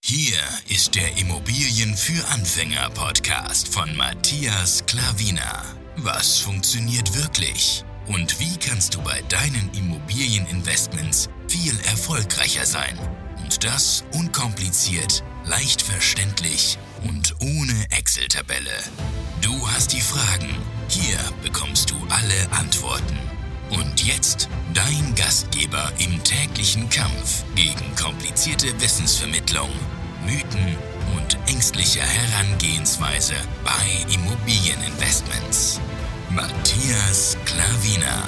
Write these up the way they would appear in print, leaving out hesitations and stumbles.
Hier ist der Immobilien für Anfänger Podcast von Matthias Klavina. Was funktioniert wirklich? Und wie kannst du bei deinen Immobilieninvestments viel erfolgreicher sein? Und das unkompliziert, leicht verständlich und ohne Excel-Tabelle. Du hast die Fragen, hier bekommst du alle Antworten. Und jetzt dein Gastgeber im täglichen Kampf gegen komplizierte Wissensvermittlung, Mythen und ängstliche Herangehensweise bei Immobilieninvestments. Matthias Klavina.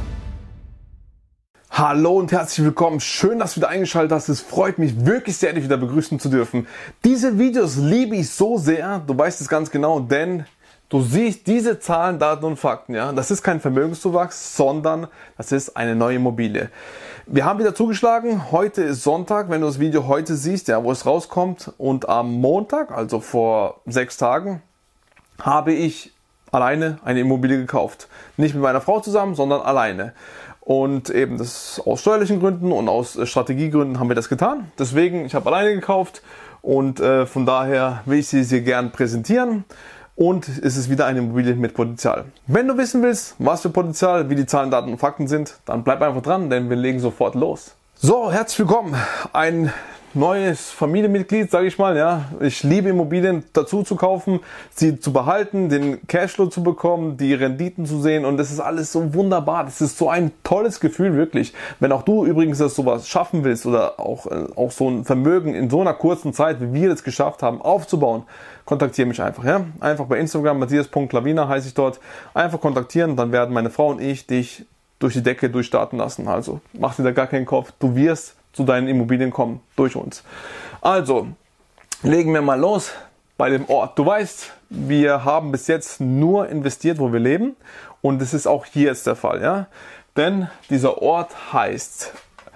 Hallo und herzlich willkommen. Schön, dass du wieder eingeschaltet hast. Es freut mich wirklich sehr, dich wieder begrüßen zu dürfen. Diese Videos liebe ich so sehr, du weißt es ganz genau, denn du siehst diese Zahlen, Daten und Fakten. Ja? Das ist kein Vermögenszuwachs, sondern das ist eine neue Immobilie. Wir haben wieder zugeschlagen. Heute ist Sonntag, wenn du das Video heute siehst, ja, wo es rauskommt. Und am Montag, also vor 6 Tagen, habe ich alleine eine Immobilie gekauft. Nicht mit meiner Frau zusammen, sondern alleine. Und eben das aus steuerlichen Gründen und aus Strategiegründen haben wir das getan. Deswegen, ich habe alleine gekauft und von daher will ich sie dir gern präsentieren. Und es ist wieder eine Immobilie mit Potenzial. Wenn du wissen willst, was für Potenzial, wie die Zahlen, Daten und Fakten sind, dann bleib einfach dran, denn wir legen sofort los. So, herzlich willkommen. Ein neues Familienmitglied, sage ich mal. Ja, ich liebe Immobilien dazu zu kaufen, sie zu behalten, den Cashflow zu bekommen, die Renditen zu sehen und das ist alles so wunderbar. Das ist so ein tolles Gefühl, wirklich. Wenn auch du übrigens das sowas schaffen willst oder auch so ein Vermögen in so einer kurzen Zeit, wie wir das geschafft haben, aufzubauen, kontaktiere mich einfach. Ja? Einfach bei Instagram, matthias.klavina heiße ich dort. Einfach kontaktieren, dann werden meine Frau und ich dich durch die Decke durchstarten lassen. Also mach dir da gar keinen Kopf. Du wirst zu deinen Immobilien kommen, durch uns. Also, legen wir mal los bei dem Ort. Du weißt, wir haben bis jetzt nur investiert, wo wir leben und das ist auch hier jetzt der Fall. Ja? Denn dieser Ort heißt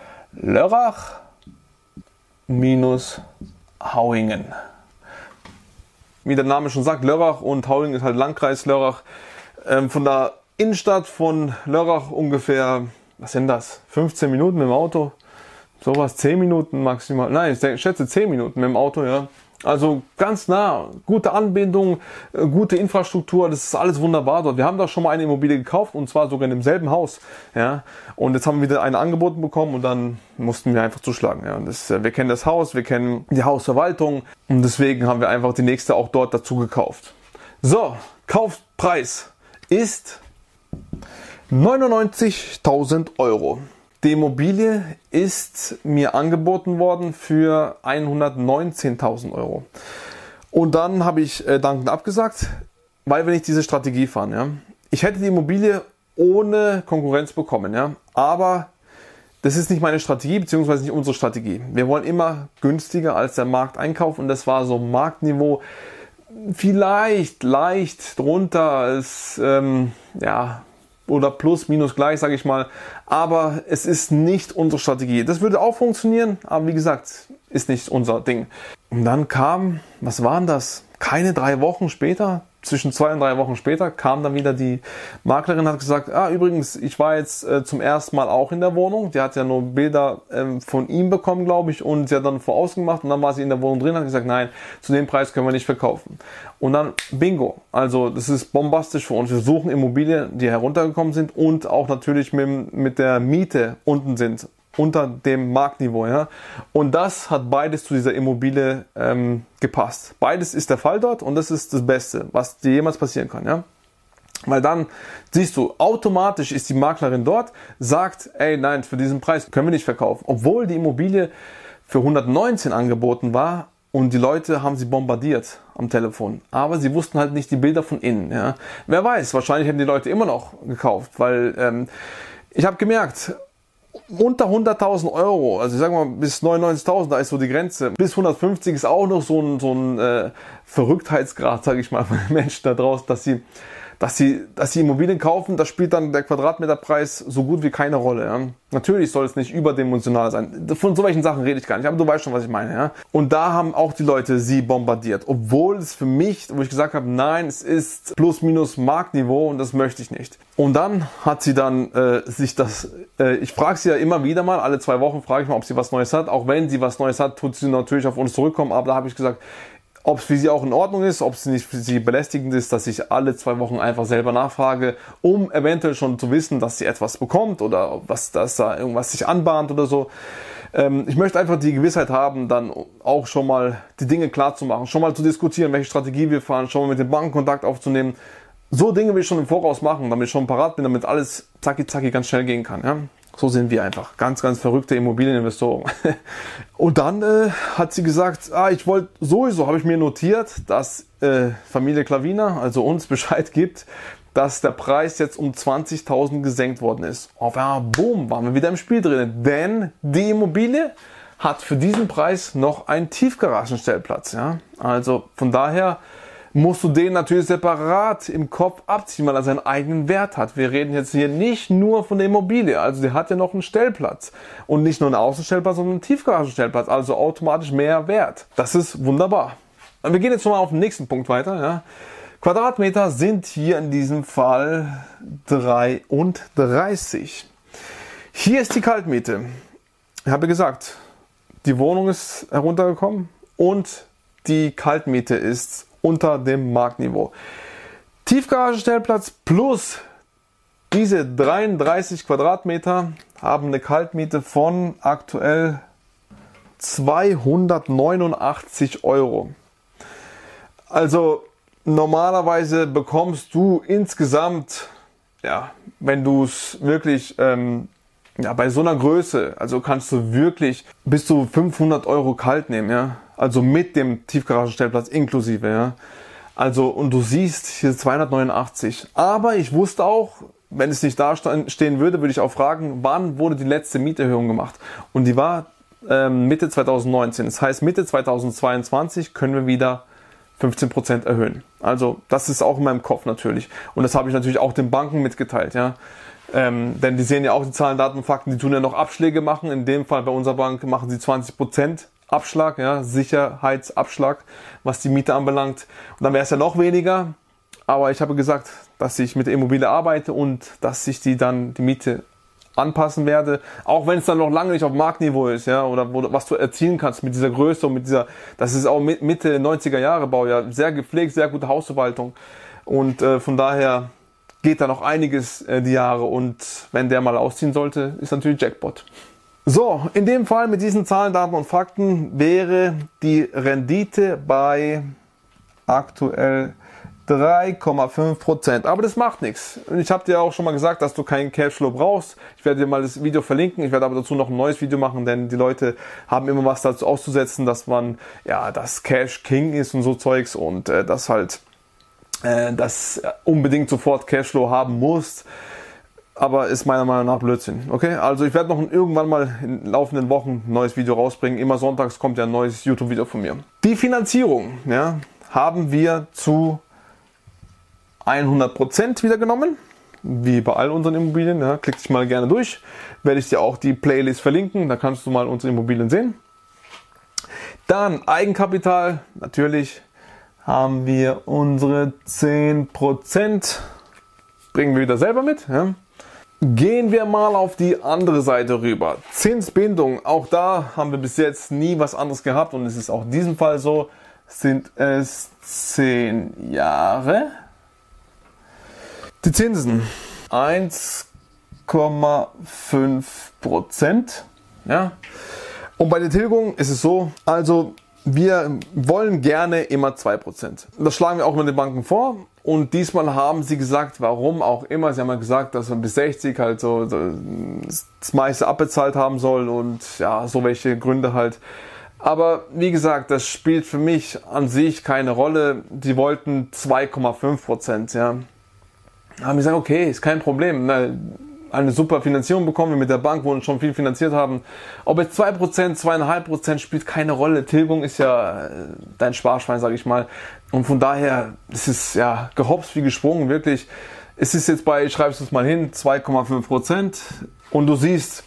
Lörrach-Hauingen. Wie der Name schon sagt, Lörrach und Hauingen ist halt Landkreis Lörrach. Von der Innenstadt von Lörrach ungefähr, was sind das, 15 Minuten mit dem Auto? Sowas, 10 Minuten maximal. Nein, ich schätze 10 Minuten mit dem Auto, ja. Also ganz nah, gute Anbindung, gute Infrastruktur, das ist alles wunderbar dort. Wir haben da schon mal eine Immobilie gekauft und zwar sogar in demselben Haus, ja. Und jetzt haben wir wieder eine angeboten bekommen und dann mussten wir einfach zuschlagen, ja. Und wir kennen das Haus, wir kennen die Hausverwaltung und deswegen haben wir einfach die nächste auch dort dazu gekauft. So, Kaufpreis ist 99.000 Euro. Die Immobilie ist mir angeboten worden für 119.000 Euro. Und dann habe ich dankend abgesagt, weil wir nicht diese Strategie fahren. Ja. Ich hätte die Immobilie ohne Konkurrenz bekommen, ja. Aber das ist nicht meine Strategie, beziehungsweise nicht unsere Strategie. Wir wollen immer günstiger als der Markt einkaufen und das war so Marktniveau. Vielleicht leicht drunter als, oder plus, minus gleich, sage ich mal. Aber es ist nicht unsere Strategie. Das würde auch funktionieren, aber wie gesagt, ist nicht unser Ding. Und dann kam, was waren das? Keine 3 Wochen später, zwischen 2 und 3 Wochen später, kam dann wieder die Maklerin, hat gesagt, übrigens, ich war jetzt zum ersten Mal auch in der Wohnung. Die hat ja nur Bilder von ihm bekommen, glaube ich, und sie hat dann vorausgemacht und dann war sie in der Wohnung drin und hat gesagt, nein, zu dem Preis können wir nicht verkaufen. Und dann Bingo. Also das ist bombastisch für uns. Wir suchen Immobilien, die heruntergekommen sind und auch natürlich mit der Miete unten sind, unter dem Marktniveau. Ja? Und das hat beides zu dieser Immobilie gepasst. Beides ist der Fall dort und das ist das Beste, was dir jemals passieren kann. Ja? Weil dann siehst du, automatisch ist die Maklerin dort, sagt, ey, nein, für diesen Preis können wir nicht verkaufen. Obwohl die Immobilie für 119 angeboten war und die Leute haben sie bombardiert am Telefon. Aber sie wussten halt nicht die Bilder von innen. Ja? Wer weiß, wahrscheinlich hätten die Leute immer noch gekauft, weil ich habe gemerkt, unter 100.000 Euro, also ich sag mal bis 99.000, da ist so die Grenze. Bis 150 ist auch noch so ein Verrücktheitsgrad, sage ich mal, von den Menschen da draußen, dass dass sie Immobilien kaufen, da spielt dann der Quadratmeterpreis so gut wie keine Rolle. Ja. Natürlich soll es nicht überdimensional sein. Von solchen Sachen rede ich gar nicht, aber du weißt schon, was ich meine. Ja. Und da haben auch die Leute sie bombardiert, obwohl es für mich, wo ich gesagt habe, nein, es ist plus minus Marktniveau und das möchte ich nicht. Und dann hat sie dann ich frage sie ja immer wieder mal, alle 2 Wochen frage ich mal, ob sie was Neues hat. Auch wenn sie was Neues hat, tut sie natürlich auf uns zurückkommen, aber da habe ich gesagt, ob es für sie auch in Ordnung ist, ob es nicht für sie belästigend ist, dass ich alle 2 Wochen einfach selber nachfrage, um eventuell schon zu wissen, dass sie etwas bekommt oder dass da irgendwas sich anbahnt oder so. Ich möchte einfach die Gewissheit haben, dann auch schon mal die Dinge klar zu machen, schon mal zu diskutieren, welche Strategie wir fahren, schon mal mit den Banken Kontakt aufzunehmen. So Dinge will ich schon im Voraus machen, damit ich schon parat bin, damit alles zacki zacki ganz schnell gehen kann. Ja? So sind wir einfach. Ganz, ganz verrückte Immobilieninvestoren. Und dann hat sie gesagt, ich wollte sowieso, habe ich mir notiert, dass Familie Klavina, also uns, Bescheid gibt, dass der Preis jetzt um 20.000 gesenkt worden ist. Auf einmal, boom, waren wir wieder im Spiel drin. Denn die Immobilie hat für diesen Preis noch einen Tiefgaragenstellplatz. Ja? Also von daher musst du den natürlich separat im Kopf abziehen, weil er seinen eigenen Wert hat. Wir reden jetzt hier nicht nur von der Immobilie, also der hat ja noch einen Stellplatz. Und nicht nur einen Außenstellplatz, sondern einen Tiefgaragenstellplatz, also automatisch mehr Wert. Das ist wunderbar. Und wir gehen jetzt schon mal auf den nächsten Punkt weiter. Ja. Quadratmeter sind hier in diesem Fall 33. Hier ist die Kaltmiete. Ich habe gesagt, die Wohnung ist heruntergekommen und die Kaltmiete ist unter dem Marktniveau. Tiefgaragenstellplatz plus diese 33 Quadratmeter haben eine Kaltmiete von aktuell 289 Euro. Also normalerweise bekommst du insgesamt, wenn du es wirklich bei so einer Größe, also kannst du wirklich bis zu 500 Euro kalt nehmen, ja. Also mit dem Tiefgaragenstellplatz inklusive, ja. Also, und du siehst hier 289. Aber ich wusste auch, wenn es nicht da stehen würde, würde ich auch fragen, wann wurde die letzte Mieterhöhung gemacht? Und die war Mitte 2019. Das heißt, Mitte 2022 können wir wieder 15% erhöhen. Also, das ist auch in meinem Kopf natürlich. Und das habe ich natürlich auch den Banken mitgeteilt, ja. Denn die sehen ja auch die Zahlen, Daten und Fakten, die tun ja noch Abschläge machen. In dem Fall bei unserer Bank machen sie 20% Abschlag, ja, Sicherheitsabschlag, was die Miete anbelangt. Und dann wäre es ja noch weniger. Aber ich habe gesagt, dass ich mit der Immobilie arbeite und dass ich die Miete anpassen werde. Auch wenn es dann noch lange nicht auf Marktniveau ist, ja, oder was du erzielen kannst mit dieser Größe und das ist auch Mitte 90er Jahre Baujahr, sehr gepflegt, sehr gute Hausverwaltung. Und von daher geht da noch einiges die Jahre und wenn der mal ausziehen sollte, ist natürlich Jackpot. So, in dem Fall mit diesen Zahlen, Daten und Fakten wäre die Rendite bei aktuell 3,5%. Aber das macht nichts. Ich habe dir auch schon mal gesagt, dass du keinen Cashflow brauchst. Ich werde dir mal das Video verlinken. Ich werde aber dazu noch ein neues Video machen, denn die Leute haben immer was dazu auszusetzen, dass man, das Cash King ist und so Zeugs und dass halt das unbedingt sofort Cashflow haben muss. Aber ist meiner Meinung nach Blödsinn. Okay, also ich werde noch irgendwann mal in laufenden Wochen ein neues Video rausbringen. Immer sonntags kommt ja ein neues YouTube-Video von mir. Die Finanzierung haben wir zu 100% wieder genommen. Wie bei all unseren Immobilien. Ja, klick dich mal gerne durch. Werde ich dir auch die Playlist verlinken. Da kannst du mal unsere Immobilien sehen. Dann Eigenkapital. Natürlich haben wir unsere 10%. Bringen wir wieder selber mit. Ja. Gehen wir mal auf die andere Seite rüber. Zinsbindung, auch da haben wir bis jetzt nie was anderes gehabt und es ist auch in diesem Fall so, sind es 10 Jahre. Die Zinsen 1,5%. Ja. Und bei der Tilgung ist es so, also wir wollen gerne immer 2%. Das schlagen wir auch mit den Banken vor. Und diesmal haben sie gesagt, warum auch immer. Sie haben ja gesagt, dass man bis 60 halt so das meiste abbezahlt haben soll und so welche Gründe halt. Aber wie gesagt, das spielt für mich an sich keine Rolle. Die wollten 2,5%, ja. Haben gesagt, okay, ist kein Problem. eine super Finanzierung bekommen mit der Bank, wo wir schon viel finanziert haben. Ob jetzt 2%, 2,5% spielt keine Rolle. Tilgung ist ja dein Sparschwein, sage ich mal. Und von daher, es ist ja gehopst wie gesprungen, wirklich. Es ist jetzt bei, schreibst du es mal hin, 2,5% und du siehst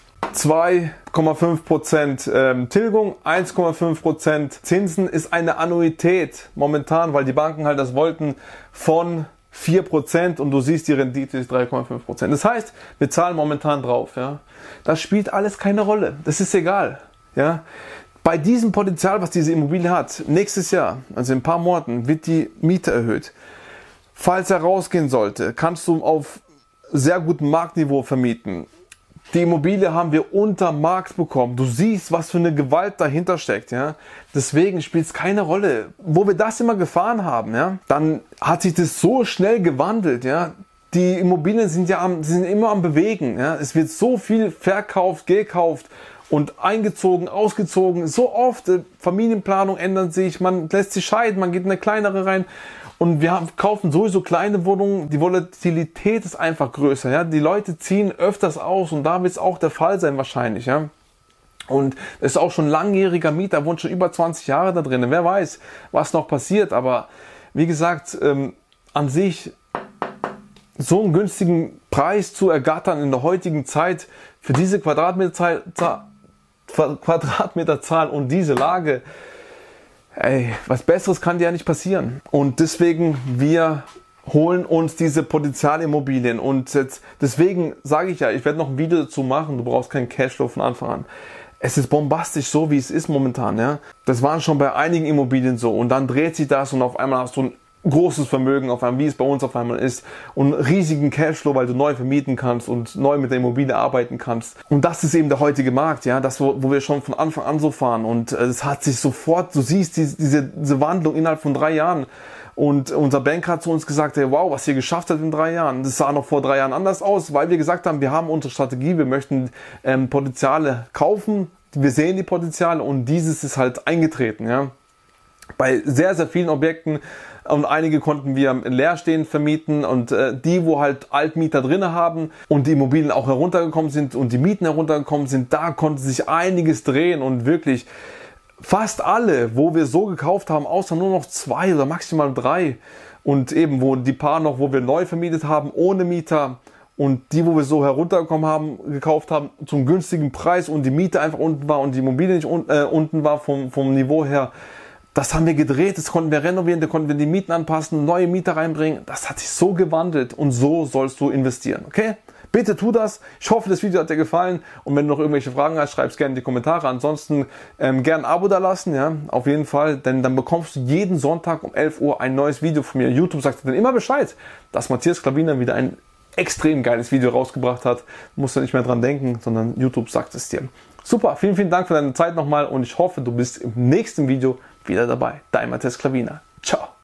2,5% Tilgung, 1,5% Zinsen ist eine Annuität momentan, weil die Banken halt das wollten, von 4% und du siehst, die Rendite ist 3,5%. Das heißt, wir zahlen momentan drauf. Ja? Das spielt alles keine Rolle. Das ist egal. Ja? Bei diesem Potenzial, was diese Immobilie hat, nächstes Jahr, also in ein paar Monaten, wird die Miete erhöht. Falls er rausgehen sollte, kannst du auf sehr gutem Marktniveau vermieten. Die Immobilie haben wir unter Markt bekommen. Du siehst, was für eine Gewalt dahinter steckt. Ja? Deswegen spielt es keine Rolle. Wo wir das immer gefahren haben, ja, dann hat sich das so schnell gewandelt. Ja? Die Immobilien sind immer am Bewegen. Ja? Es wird so viel verkauft, gekauft und eingezogen, ausgezogen. So oft, Familienplanung ändert sich, man lässt sich scheiden, man geht in eine kleinere rein. Und wir kaufen sowieso kleine Wohnungen, die Volatilität ist einfach größer. Ja? Die Leute ziehen öfters aus und da wird es auch der Fall sein wahrscheinlich. Ja? Und es ist auch schon ein langjähriger Mieter, wohnt schon über 20 Jahre da drin. Wer weiß, was noch passiert. Aber wie gesagt, an sich so einen günstigen Preis zu ergattern in der heutigen Zeit für diese Quadratmeterzahl und diese Lage, ey, was Besseres kann dir ja nicht passieren. Und deswegen, wir holen uns diese Potenzialimmobilien. Und jetzt, deswegen sage ich ja, ich werde noch ein Video dazu machen. Du brauchst keinen Cashflow von Anfang an. Es ist bombastisch so, wie es ist momentan. Ja? Das waren schon bei einigen Immobilien so. Und dann dreht sich das und auf einmal hast du ein großes Vermögen, auf einmal, wie es bei uns auf einmal ist, und riesigen Cashflow, weil du neu vermieten kannst und neu mit der Immobilie arbeiten kannst. Und das ist eben der heutige Markt, ja, das, wo wir schon von Anfang an so fahren. Und es hat sich sofort, du siehst diese Wandlung innerhalb von 3 Jahren. Und unser Banker hat zu uns gesagt, hey, wow, was ihr geschafft habt in 3 Jahren. Das sah noch vor 3 Jahren anders aus, weil wir gesagt haben, wir haben unsere Strategie, wir möchten Potenziale kaufen, wir sehen die Potenziale und dieses ist halt eingetreten, ja. Bei sehr, sehr vielen Objekten, und einige konnten wir leerstehend vermieten und die, wo halt Altmieter drin haben und die Immobilien auch heruntergekommen sind und die Mieten heruntergekommen sind, da konnte sich einiges drehen und wirklich fast alle, wo wir so gekauft haben, außer nur noch 2 oder maximal 3 und eben wo die paar noch, wo wir neu vermietet haben, ohne Mieter, und die, wo wir so heruntergekommen haben, gekauft haben, zum günstigen Preis und die Miete einfach unten war und die Immobilie nicht unten war vom Niveau her, das haben wir gedreht, das konnten wir renovieren, da konnten wir die Mieten anpassen, neue Mieter reinbringen. Das hat sich so gewandelt und so sollst du investieren, okay? Bitte tu das. Ich hoffe, das Video hat dir gefallen und wenn du noch irgendwelche Fragen hast, schreib es gerne in die Kommentare. Ansonsten gerne ein Abo da lassen, ja, auf jeden Fall, denn dann bekommst du jeden Sonntag um 11 Uhr ein neues Video von mir. YouTube sagt dir dann immer Bescheid, dass Matthias Klavina wieder ein extrem geiles Video rausgebracht hat. Du musst ja nicht mehr dran denken, sondern YouTube sagt es dir. Super, vielen, vielen Dank für deine Zeit nochmal und ich hoffe, du bist im nächsten Video wieder dabei. Dein Matthias Klavina. Ciao.